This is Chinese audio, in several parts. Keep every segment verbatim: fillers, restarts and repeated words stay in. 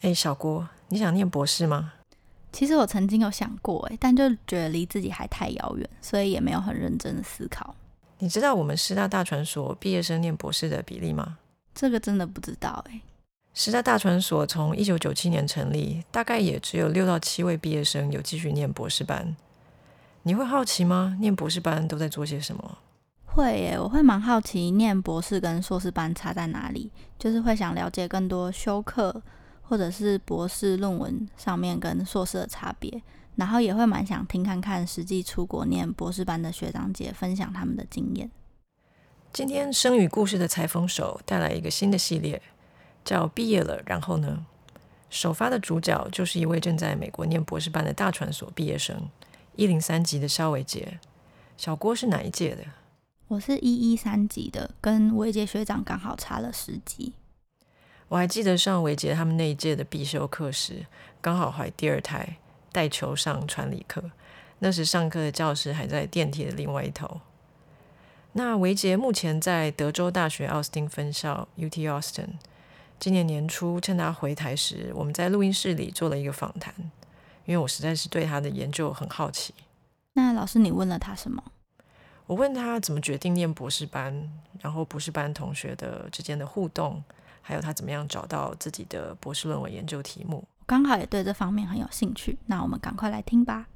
哎，小郭，你想念博士吗？ 其实我曾经有想过，但就觉得离自己还太遥远，所以也没有很认真的思考。 你知道我们师大大传所毕业生念博士的比例吗？ 这个真的不知道哎。 师大大传所从一九九七年成立，大概也只有六到七位毕业生有继续念博士班。你会好奇吗？念博士班都在做些什么？ 会耶，我会蛮好奇念博士跟硕士班差在哪里，就是会想了解更多修课或者是博士论文上面跟硕士的差别，然后也会蛮想听看看实际出国念博士班的学长姐分享他们的经验。 今天生与故事的裁缝手带来一个新的系列，叫毕业了然后呢？首发的主角就是一位正在美国念博士班的大传所毕业生，一零三级的肖维杰。小郭是哪一届的？ 我是一一三级的，跟维杰学长刚好差了十级。 我还记得上维杰他们那一届的必修课时，刚好怀第二胎，带球上传理课。那时上课的教室还在电梯的另外一头。那维杰目前在德州大学奥斯汀分校 U T Austin。今年年初趁他回台时，我们在录音室里做了一个访谈，因为我实在是对他的研究很好奇。 那老师，你问了他什么？ 我问他怎么决定念博士班，然后博士班同学的之间的互动，还有他怎么样找到自己的博士论文研究题目。 我刚好也对这方面很有兴趣，那我们赶快来听吧。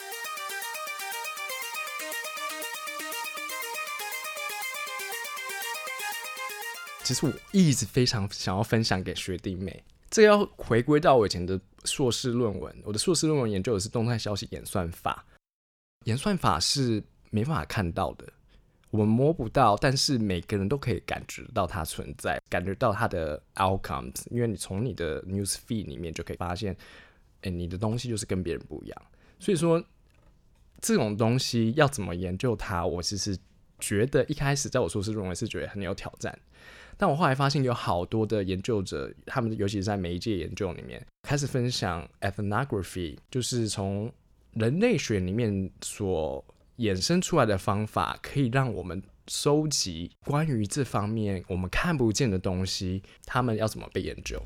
其实我一直非常想要分享给学弟妹，这个要回归到我以前的硕士论文。我的硕士论文研究的是动态消息演算法，演算法是没办法看到的，我们摸不到，但是每个人都可以感觉到它存在，感觉到它的 outcomes， 因为你从你的 news feed 里面就可以发现，欸，你的东西就是跟别人不一样。所以说这种东西要怎么研究它，我其实觉得一开始在我硕士论文是觉得很有挑战，但我后来发现有好多的研究者，他们尤其是在媒介研究里面开始分享 ethnography， 就是从人类学里面所衍生出来的方法，可以让我们收集关于这方面我们看不见的东西，他们要怎么被研究。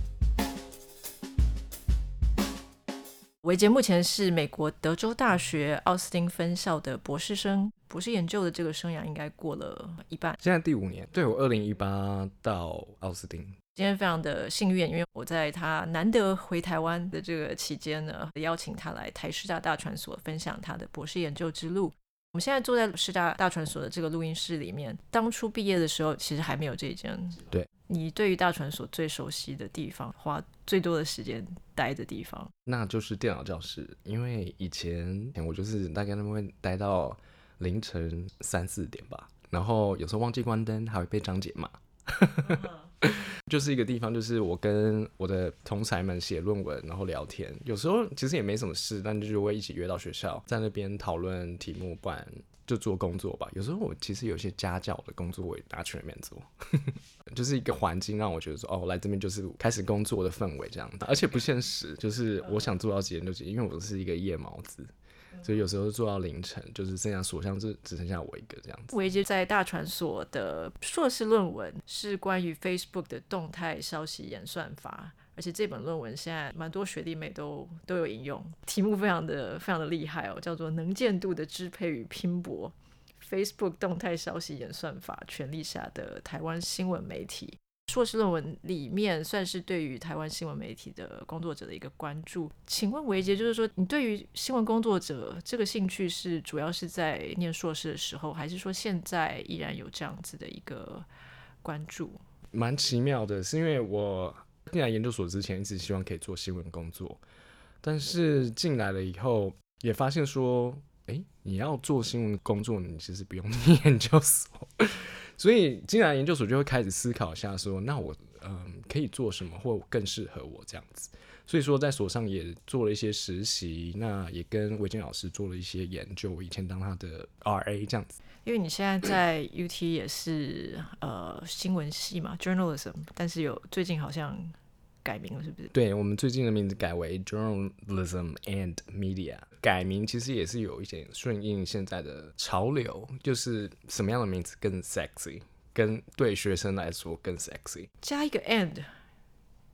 维杰目前是美国德州大学奥斯汀分校的博士生，博士研究的这个生涯应该过了一半， 现在第五年。对，我二零一八到奥斯汀。 今天非常的幸运，因为我在他难得回台湾的这个期间呢，邀请他来台师大大传所分享他的博士研究之路。我们现在坐在师大大传所的这个录音室里面，当初毕业的时候其实还没有这一间。 对， 你对于大传所最熟悉的地方，花最多的时间待的地方， 那就是电脑教室。因为以前我就是大概那边会待到凌晨三四点吧，然后有时候忘记关灯，还会被张姐骂。就是一个地方，就是我跟我的同才们写论文，然后聊天。有时候其实也没什么事，但就是会一起约到学校，在那边讨论题目，不然就做工作吧。有时候我其实有些家教的工作我也拿去那边做，就是一个环境让我觉得说，哦，我来这边就是开始工作的氛围这样子，而且不现实，就是我想做到几点就几点，因为我是一个夜猫子。所以有时候做到凌晨，就是剩下所项只只剩下我一个这样子。 维杰在大传所的硕士论文是关于 Facebook 的动态消息演算法，而且这本论文现在蛮多学弟妹都都有引用，题目非常的非常的厉害哦，叫做能见度的支配与拼搏 Facebook 动态消息演算法权力下的台湾新闻媒体。硕士论文里面算是对于台湾新闻媒体的工作者的一个关注。请问维杰，就是说你对于新闻工作者这个兴趣是主要是在念硕士的时候，还是说现在依然有这样子的一个关注？ 蛮奇妙的，是因为我进来研究所之前一直希望可以做新闻工作，但是进来了以后也发现说，哎，你要做新闻工作，你其实不用念研究所。所以进来研究所就会开始思考一下说，那我、嗯、可以做什么或更适合我这样子。所以说在所上也做了一些实习，那也跟维坚老师做了一些研究，我以前当他的 R A 这样子。 因为你现在在 U T 也是呃新闻系嘛 journalism， 但是有最近好像改名了，是不是？ 对，我们最近的名字改为 Journalism and Media。 改名其实也是有一点顺应现在的潮流，就是什么样的名字更 sexy， 跟对学生来说更 sexy， 加一个 and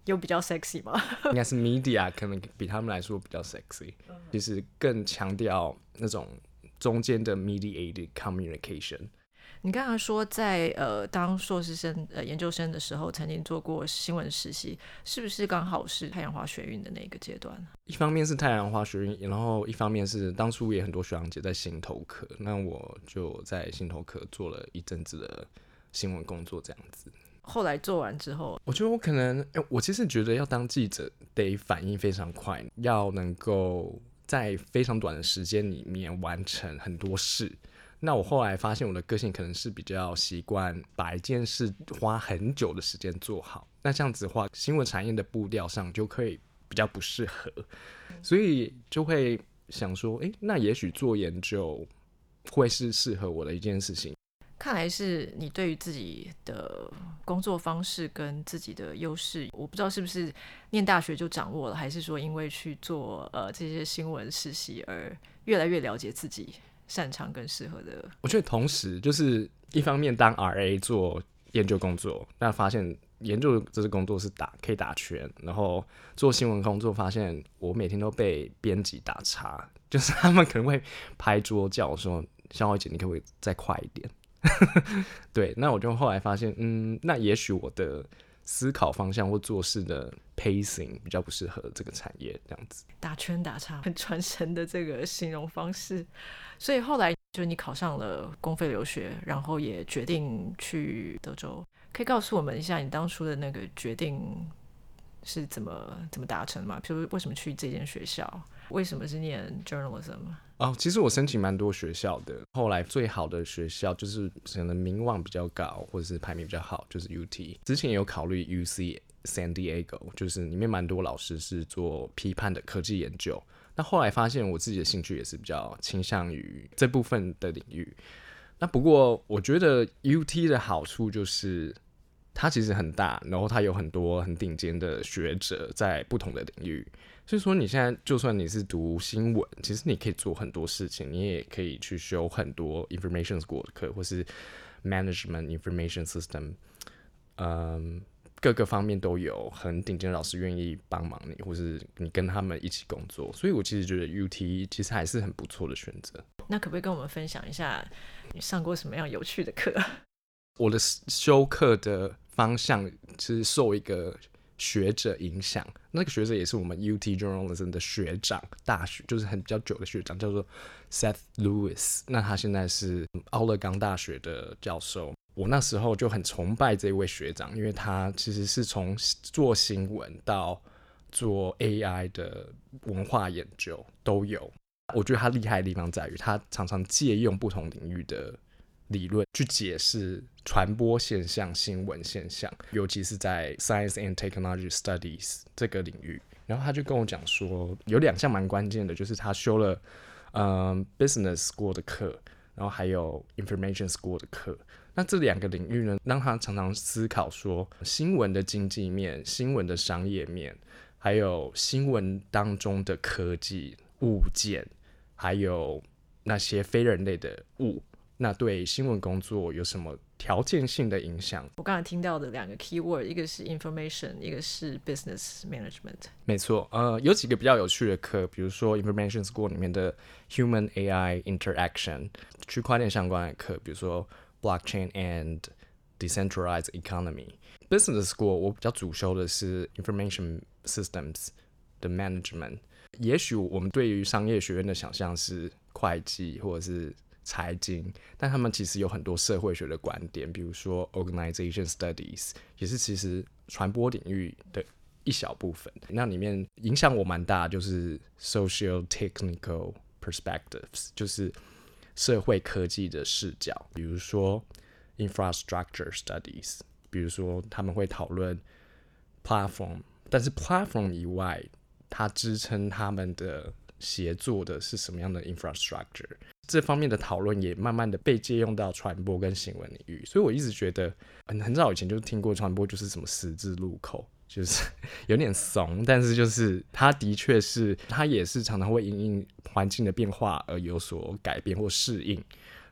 有比较 sexy 吗？ 应该是 media 可能比他们来说比较 sexy， 其实更强调那种中间的 mediated communication。 你刚才说在呃当硕士生呃研究生的时候，曾经做过新闻实习，是不是刚好是太阳花学运的那个阶段？ 一方面是太阳花学运，然后一方面是当初也很多学长姐在新头壳，那我就在新头壳做了一阵子的新闻工作，这样子。 后来做完之后， 我觉得我可能，欸、我其实觉得要当记者得反应非常快，要能够在非常短的时间里面完成很多事。那我后来发现我的个性可能是比较习惯把一件事花很久的时间做好，那这样子的话，新闻产业的步调上就可以比较不适合，所以就会想说，哎、欸，那也许做研究会是适合我的一件事情。 看来是你对于自己的工作方式跟自己的优势，我不知道是不是念大学就掌握了，还是说因为去做呃这些新闻实习而越来越了解自己擅长跟适合的。 我觉得同时就是一方面当 R A 做研究工作，那发现研究这个工作是打可以打圈，然后做新闻工作发现我每天都被编辑打岔，就是他们可能会拍桌叫我说肖慧姐你可不可以再快一点。对，那我就后来发现嗯，那也许我的思考方向或做事的 pacing 比较不适合这个产业，这样子。 打圈打岔很传神的这个形容方式。所以后来就你考上了公费留学，然后也决定去德州，可以告诉我们一下你当初的那个决定是怎么怎么达成吗？比如为什么去这间学校，为什么是念 journalism？ 哦，其实我申请蛮多学校的，后来最好的学校就是可能名望比较高或者是排名比较好，就是 U T。之前也有考虑 U C San Diego， 就是里面蛮多老师是做批判的科技研究。那后来发现我自己的兴趣也是比较倾向于这部分的领域。那不过我觉得 U T 的好处就是它其实很大，然后它有很多很顶尖的学者在不同的领域，所以说你现在就算你是读新闻，其实你可以做很多事情，你也可以去修很多 information school 的课，或是 management information system， 嗯，各个方面都有很顶尖的老师愿意帮忙你，或是你跟他们一起工作，所以我其实觉得 U T 其实还是很不错的选择。 那可不可以跟我们分享一下你上过什么样有趣的课？ 我的修课的方向是受一个学者影响，那个学者也是我们 U T Journalism 的学长，大学就是很比较久的学长，叫做 Seth Lewis。那他现在是奥勒冈大学的教授。我那时候就很崇拜这位学长，因为他其实是从做新闻到做 A I 的文化研究都有。我觉得他厉害的地方在于，他常常借用不同领域的理论去解释传播现象、新闻现象，尤其是在 Science and Technology Studies 这个领域。然后他就跟我讲说，有两项蛮关键的，就是他修了、嗯、Business School 的课，然后还有 Information School 的课。那这两个领域呢，让他常常思考说，新闻的经济面、新闻的商业面，还有新闻当中的科技物件，还有那些非人类的物，那对新闻工作有什么条件性的影响？ 我刚才听到的两个 keyword， 一个是 information， 一个是 business management。没错，呃，有几个比较有趣的课，比如说 information school 里面的 human A I interaction， 区块链相关的课，比如说 blockchain and decentralized economy。business school 我比较主修的是 information systems 的 management。也许我们对于商业学院的想象是会计或者是财经，但他们其实有很多社会学的观点，比如说 organization studies， 也是其实传播领域的一小部分。那里面影响我蛮大，就是 social technical perspectives， 就是社会科技的视角，比如说 infrastructure studies， 比如说他们会讨论 platform， 但是 platform 以外，它支撑他们的协作的是什么样的 infrastructure， 这方面的讨论也慢慢的被借用到传播跟新闻领域。所以我一直觉得很很早以前就听过传播就是什么十字路口，就是有点怂，但是就是它的确是，它也是常常会因应环境的变化而有所改变或适应。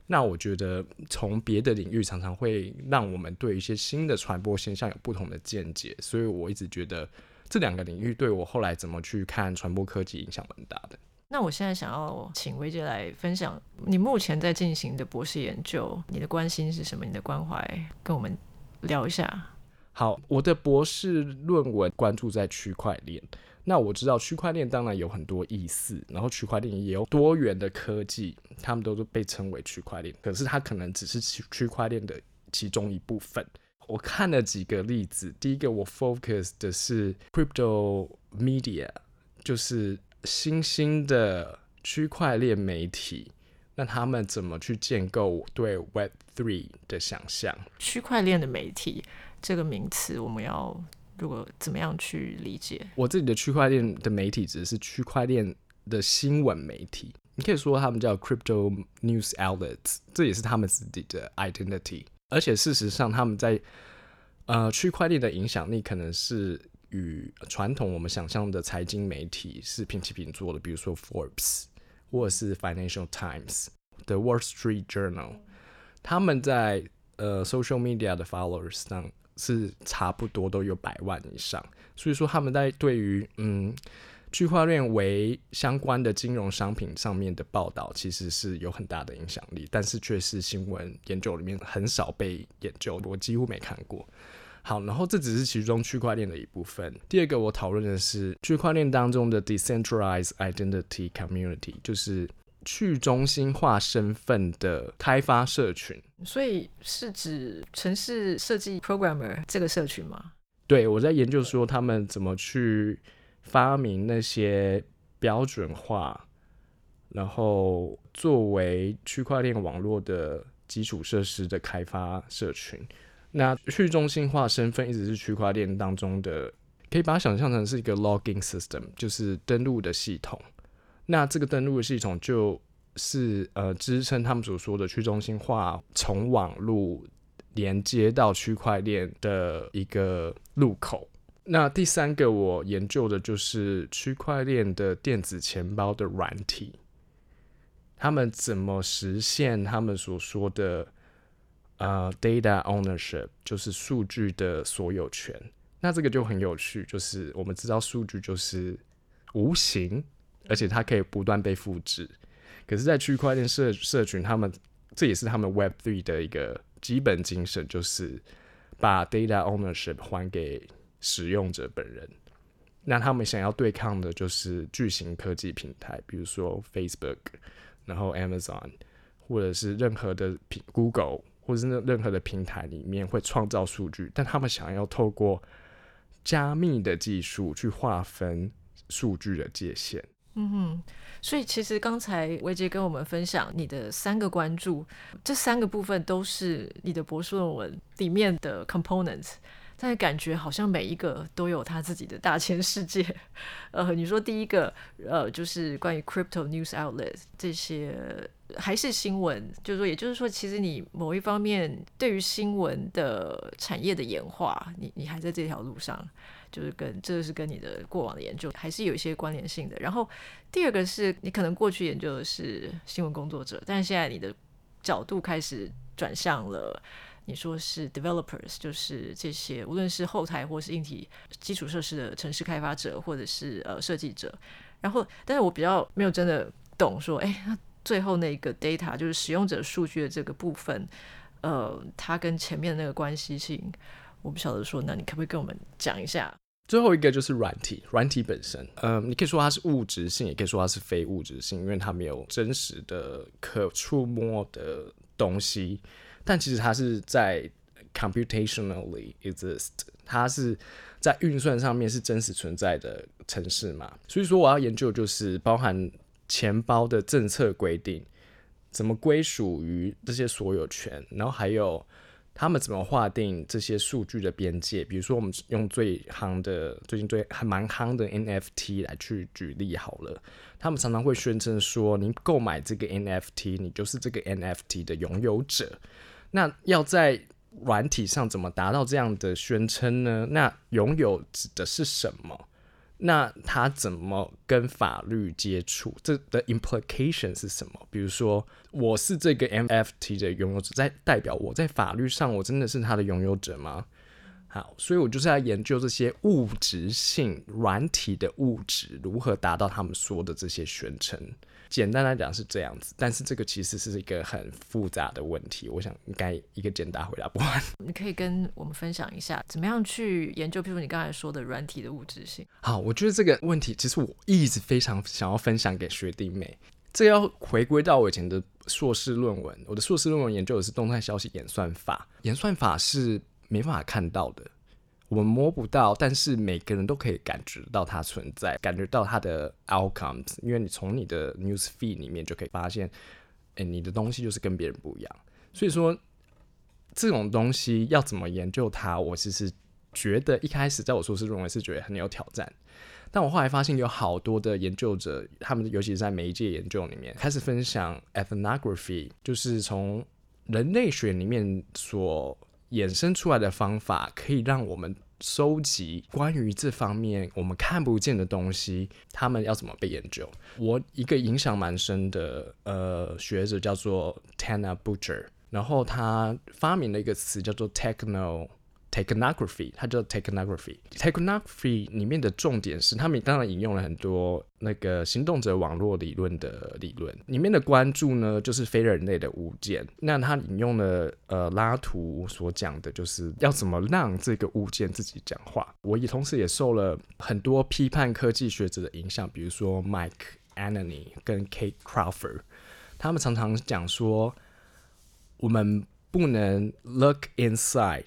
那我觉得从别的领域常常会让我们对一些新的传播现象有不同的见解，所以我一直觉得这两个领域对我后来怎么去看传播科技影响蛮大的。 那我现在想要请薇姐来分享你目前在进行的博士研究，你的关心是什么？你的关怀跟我们聊一下。 好，我的博士论文关注在区块链。那我知道区块链当然有很多意思，然后区块链也有多元的科技，他们都被称为区块链，可是它可能只是区块链的其中一部分。我看了几个例子，第一个我 focus 的是 crypto media， 就是新兴的区块链媒体，那他们怎么去建构对 Web 三 的想象。 区块链的媒体这个名词我们要如果怎么样去理解？ 我自己的区块链的媒体只是区块链的新闻媒体，你可以说他们叫 crypto news outlets， 这也是他们自己的 identity。而且事实上他们在呃区块链的影响力可能是与传统我们想象的财经媒体是平起平坐的，比如说 Forbes 或者是 Financial Times、The Wall Street Journal， 他们在呃 social media 的 followers 上是差不多都有百万以上，所以说他们在对于嗯区块链为相关的金融商品上面的报道其实是有很大的影响力，但是却是新闻研究里面很少被研究，我几乎没看过。好，然后这只是其中区块链的一部分。第二个我讨论的是区块链当中的 decentralized identity community， 就是去中心化身份的开发社群。 所以是指程式设计 programmer 这个社群吗？ 对，我在研究说他们怎么去发明那些标准化，然后作为区块链网络的基础设施的开发社群。那去中心化身份一直是区块链当中的，可以把它想象成是一个 logging system， 就是登录的系统。那这个登录的系统就是呃支撑他们所说的去中心化从网路连接到区块链的一个入口。那第三个我研究的就是区块链的电子钱包的软体，他们怎么实现他们所说的呃 data ownership， 就是数据的所有权。那这个就很有趣，就是我们知道数据就是无形，而且它可以不断被复制。可是在区块链 社, 社群他们这也是他们 Web 三 的一个基本精神，就是把 data ownership 还给使用者本人。那他们想要对抗的就是巨型科技平台，比如说 Facebook， 然后 Amazon， 或者是任何的 Google， 或者是任何的平台里面会创造数据，但他们想要透过加密的技术去划分数据的界限。 嗯哼，所以其实刚才薇姐跟我们分享你的三个关注，这三个部分都是你的博士论文里面的 components， 但是感觉好像每一个都有他自己的大千世界。呃，你说第一个呃就是关于 crypto news outlets 这些还是新闻，就是说也就是说其实你某一方面对于新闻的产业的演化，你你还在这条路上，就是跟这是跟你的过往的研究还是有一些关联性的。然后第二个是你可能过去研究的是新闻工作者，但是现在你的角度开始转向了你说是 developers， 就是这些无论是后台或是硬体基础设施的程式开发者或者是呃设计者。然后但是我比较没有真的懂说哎，那最后那个 data 就是使用者数据的这个部分，呃，它跟前面的那个关系性我不晓得说，那你可不可以跟我们讲一下？ 最后一个就是软体，软体本身，呃，你可以说它是物质性，也可以说它是非物质性，因为它没有真实的可触摸的东西，但其实它是在 computationally exist， 它是在运算上面是真实存在的程式嘛。所以说我要研究就是包含钱包的政策规定，怎么归属于这些所有权，然后还有他们怎么划定这些数据的边界。比如说我们用最夯的最近最还蛮夯的 N F T 来去举例好了，他们常常会宣称说你购买这个 N F T 你就是这个 N F T 的拥有者。那要在软体上怎么达到这样的宣称呢？那拥有指的是什么？ 那他怎么跟法律接触？这的 implication 是什么？比如说，我是这个 N F T 的拥有者，在代表我在法律上我真的是他的拥有者吗？好，所以我就是要研究这些物质性软体的物质如何达到他们说的这些宣称。简单来讲是这样子，但是这个其实是一个很复杂的问题，我想应该一个简答回答不完。 你可以跟我们分享一下怎么样去研究譬如你刚才说的软体的物质性。 好，我觉得这个问题其实我一直非常想要分享给学弟妹，这要回归到我以前的硕士论文。我的硕士论文研究的是动态消息演算法，演算法是没办法看到的，我们摸不到，但是每个人都可以感觉到它存在，感觉到它的 outcomes， 因为你从你的 news feed 里面就可以发现，欸，你的东西就是跟别人不一样。所以说这种东西要怎么研究它，我其实觉得一开始在我硕士论文是觉得很有挑战，但我后来发现有好多的研究者，他们尤其是在媒介研究里面开始分享 ethnography， 就是从人类学里面所衍生出来的方法，可以让我们收集关于这方面我们看不见的东西，他们要怎么被研究。我一个影响蛮深的呃学者叫做 Tana Butcher， 然后他发明了一个词叫做 techno Technography， 它叫 Technography。Technography 里面的重点是，他们当然引用了很多那个行动者网络理论的理论，里面的关注呢就是非人类的物件。那他引用了呃拉图所讲的，就是要怎么让这个物件自己讲话。我也同时也受了很多批判科技学者的影响，比如说 Mike Anani 跟 Kate Crawford， 他们常常讲说，我们不能 look inside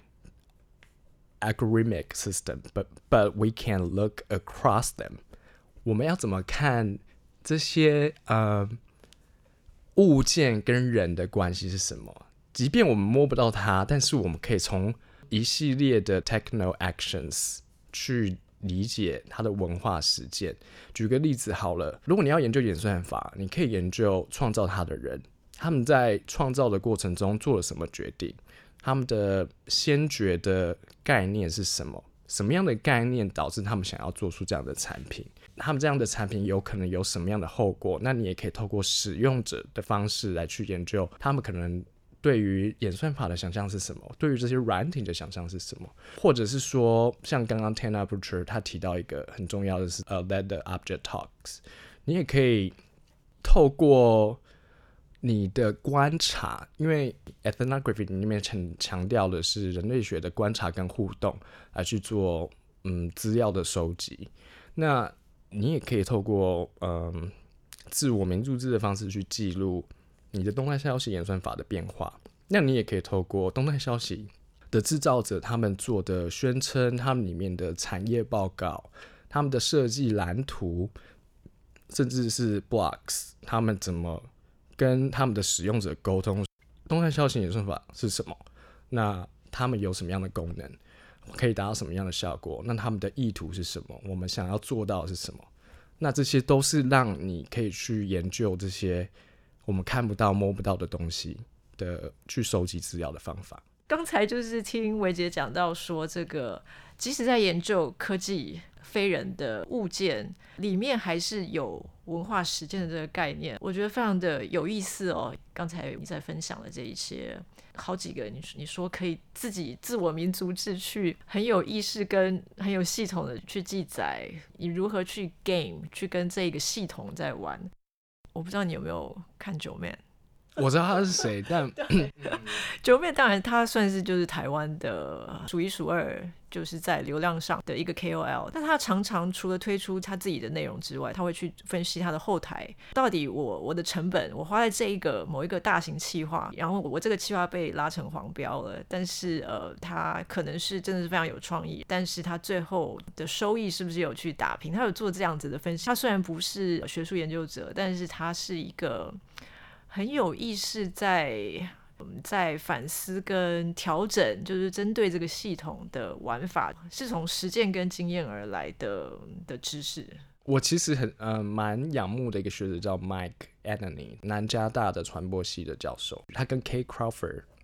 algorithmic system, but, but we can look across them. 我们要怎么看这些呃物件跟人的关系是什么？即便我们摸不到它，但是我们可以从一系列的 techno actions 去理解它的文化实践。举个例子好了，如果你要研究演算法，你可以研究创造它的人，他们在创造的过程中做了什么决定，他们的先决的概念是什么？什么样的概念导致他们想要做出这样的产品？他们这样的产品有可能有什么样的后果？那你也可以透过使用者的方式来去研究，他们可能对于演算法的想象是什么？对于这些软体的想象是什么？或者是说，像刚刚 Tana Butcher 他提到一个很重要的是，呃、uh, Let the object talks。你也可以透过你的观察，因为 ethnography 里面强调的是人类学的观察跟互动来去做嗯资料的收集。那你也可以透过嗯自我民注资的方式去记录你的动态消息演算法的变化。那你也可以透过动态消息的制造者他们做的宣称，他们里面的产业报告，他们的设计蓝图，甚至是 blogs， 他们怎么跟他们的使用者沟通，动态消息演算法是什么？那他们有什么样的功能？可以达到什么样的效果？那他们的意图是什么？我们想要做到的是什么？那这些都是让你可以去研究这些我们看不到、摸不到的东西的去收集资料的方法。 刚才就是听维杰讲到说，这个即使在研究科技非人的物件里面，还是有文化实践的这个概念，我觉得非常的有意思哦。刚才你在分享的这一些好几个你你说可以自己自我民族志去很有意识跟很有系统的去记载你如何去 game 去跟这个系统在玩。我不知道你有没有看九妹， 我知道他是谁，但九妹当然他算是就是台湾的数一数二，就是在流量上的一个 K O L， 但他常常除了推出他自己的内容之外，他会去分析他的后台，到底我我的成本我花在这一个某一个大型企划，然后我这个企划被拉成黄标了，但是呃，他可能是真的是非常有创意，但是他最后的收益是不是有去打平，他有做这样子的分析。他虽然不是学术研究者，但是他是一个很有意识在在反思跟调整，就是针对这个系统的玩法，是从实践跟经验而来的的知识。 我其实很呃蛮仰慕的一个学者叫 Mike Anani， 南加大的传播系的教授，他跟 Kate Crawford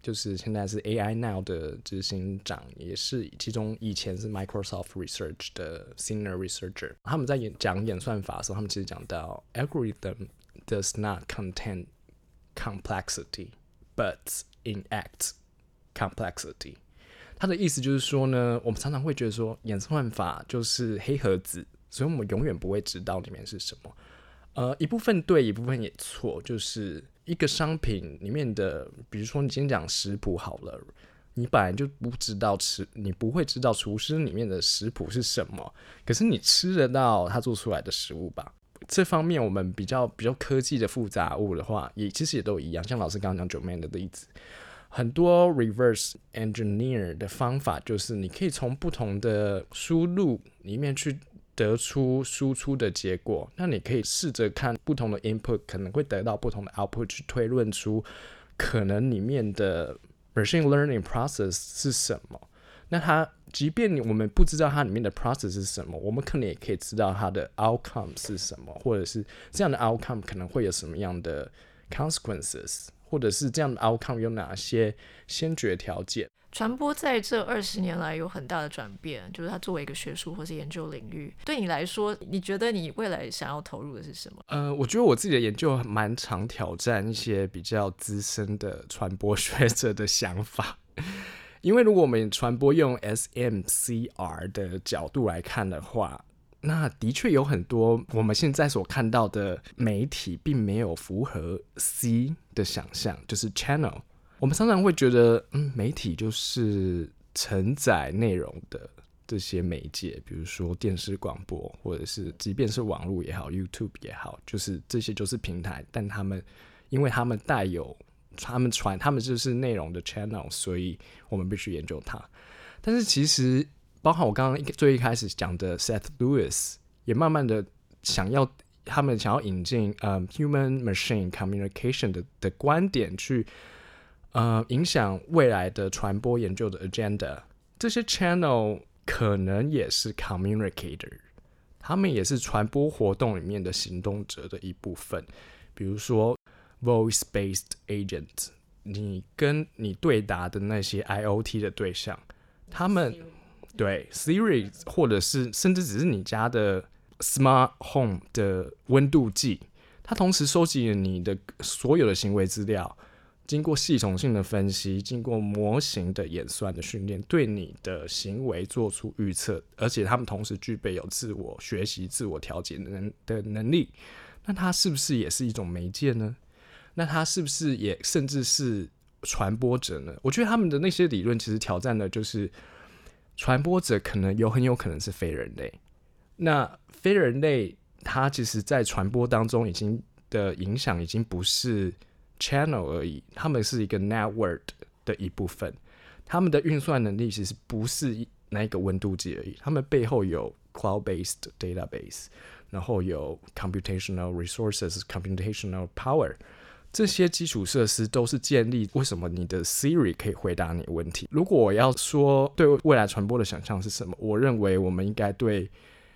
就是现在是 A I Now 的执行长，也是其中以前是 Microsoft Research 的 Senior Researcher。他们在演讲演算法的时候，他们其实讲到 algorithm does not contain complexity, but enact complexity。他的意思就是说呢，我们常常会觉得说演算法就是黑盒子，所以我们永远不会知道里面是什么。呃，一部分对，一部分也错，就是一个商品里面的，比如说你今天讲食谱好了，你本来就不知道吃，你不会知道厨师里面的食谱是什么，可是你吃得到他做出来的食物吧？这方面我们比较比较科技的复杂物的话，也其实也都一样，像老师刚刚讲 Domain 的例子，很多 reverse engineer 的方法就是你可以从不同的输入里面去得出输出的结果，那你可以试着看不同的 input 可能会得到不同的 output， 去推论出可能里面的 machine learning process 是什么。那它即便我们不知道它里面的 process 是什么，我们可能也可以知道它的 outcome 是什么，或者是这样的 outcome 可能会有什么样的 consequences， 或者是这样的 outcome 有哪些先决条件。 传播在这二十年来有很大的转变，就是它作为一个学术或是研究领域，对你来说，你觉得你未来想要投入的是什么？ 呃，我觉得我自己的研究蛮常挑战一些比较资深的传播学者的想法，因为如果我们传播用 S M C R 的角度来看的话，那的确有很多我们现在所看到的媒体并没有符合 C 的想象，就是 channel。我们常常会觉得，嗯，媒体就是承载内容的这些媒介，比如说电视广播，或者是即便是网络也好 YouTube 也好，就是这些就是平台，但他们因为他们带有他们传他们就是内容的 channel， 所以我们必须研究它。但是其实包含我刚刚最一开始讲的 Seth Lewis 也慢慢的想要他们想要引进、um, human machine communication 的, 的观点去呃，影响未来的传播研究的 agenda， 这些 channel 可能也是 communicator， 他们也是传播活动里面的行动者的一部分。比如说 voice-based agent， 你跟你对答的那些 I O T 的对象，他们对 Siri 或者是甚至只是你家的 smart home 的温度计，它同时收集了你的所有的行为资料，经过系统性的分析，经过模型的演算的训练，对你的行为做出预测，而且他们同时具备有自我学习、自我调节 的, 的能力。那它是不是也是一种媒介呢？那它是不是也甚至是传播者呢？我觉得他们的那些理论其实挑战的就是传播者可能有很有可能是非人类。那非人类它其实在传播当中已经的影响已经不是channel 而已，他们是一个 network 的一部分，他们的运算能力其实不是那一个温度计而已，他们背后有 cloud-based database， 然后有 computational resources computational power， 这些基础设施都是建立为什么你的 Siri 可以回答你的问题。如果我要说对未来传播的想象是什么，我认为我们应该对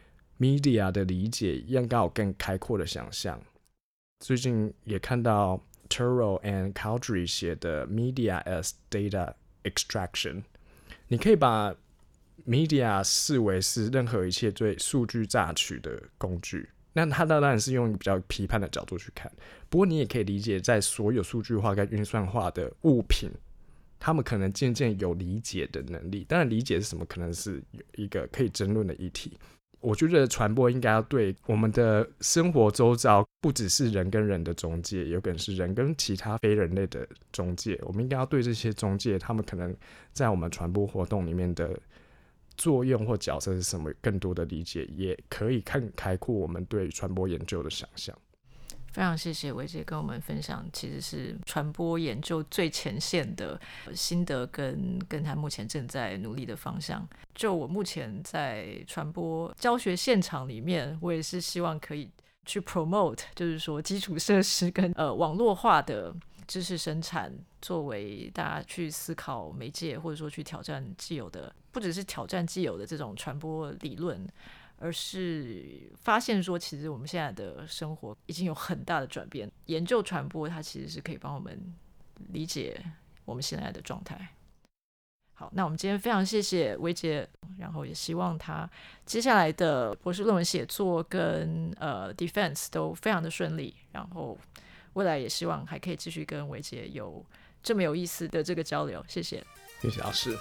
media 的理解应该有更开阔的想象。最近也看到Turo and Cowdrey 写的 Media as Data Extraction， 你可以把 Media 视为是任何一切对数据榨取的工具，那它当然是用一个比较批判的角度去看，不过你也可以理解在所有数据化跟运算化的物品，他们可能渐渐有理解的能力，当然理解是什么可能是一个可以争论的议题。我觉得传播应该要对我们的生活周遭，不只是人跟人的中介，有可能是人跟其他非人类的中介，我们应该要对这些中介他们可能在我们传播活动里面的作用或角色是什么更多的理解，也可以更开阔我们对传播研究的想象。 非常谢谢维杰跟我们分享其实是传播研究最前线的心得跟跟他目前正在努力的方向。就我目前在传播教学现场里面，我也是希望可以去 promote， 就是说基础设施跟呃网络化的知识生产，作为大家去思考媒介，或者说去挑战既有的，不只是挑战既有的这种传播理论，而是发现说其实我们现在的生活已经有很大的转变，研究传播它其实是可以帮我们理解我们现在的状态。好，那我们今天非常谢谢维杰，然后也希望他接下来的博士论文写作跟呃 defense 都非常的顺利，然后未来也希望还可以继续跟维杰有这么有意思的这个交流。谢谢， 谢谢老师。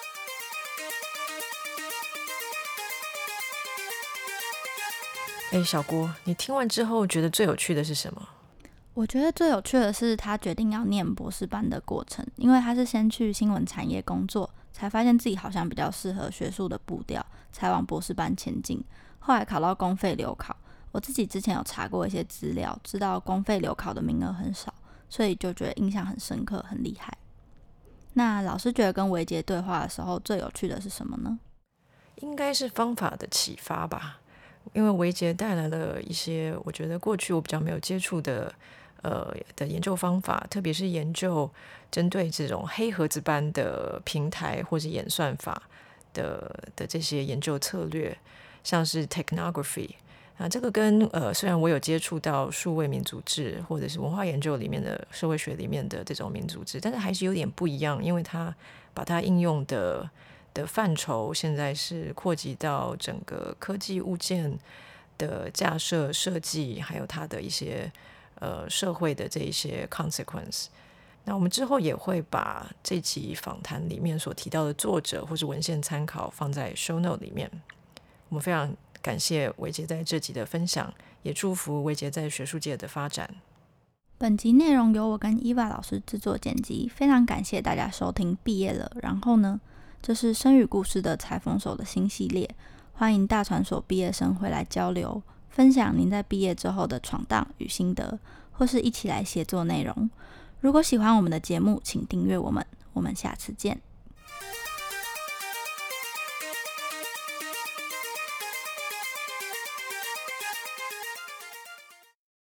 哎，小郭，你听完之后觉得最有趣的是什么？ 我觉得最有趣的是他决定要念博士班的过程，因为他是先去新闻产业工作，才发现自己好像比较适合学术的步调，才往博士班前进。后来考到公费留考，我自己之前有查过一些资料，知道公费留考的名额很少，所以就觉得印象很深刻，很厉害。那老师觉得跟维杰对话的时候最有趣的是什么呢？ 应该是方法的启发吧，因为维杰带来了一些我觉得过去我比较没有接触的呃的研究方法，特别是研究针对这种黑盒子般的平台或是演算法的的这些研究策略，像是 technography 啊，这个跟呃虽然我有接触到数位民族志或者是文化研究里面的社会学里面的这种民族志，但是还是有点不一样，因为它把它应用的的范畴现在是扩及到整个科技物件的架设设计，还有它的一些呃社会的这一些 consequence。那我们之后也会把这集访谈里面所提到的作者或是文献参考放在 show note 里面。我们非常感谢维杰在这集的分享，也祝福维杰在学术界的发展。 本集内容由我跟伊娃老师制作剪辑，非常感谢大家收听。毕业了，然后呢？这是生语故事的裁缝手的新系列，欢迎大传所毕业生回来交流，分享您在毕业之后的闯荡与心得，或是一起来写作内容。如果喜欢我们的节目，请订阅我们，我们下次见。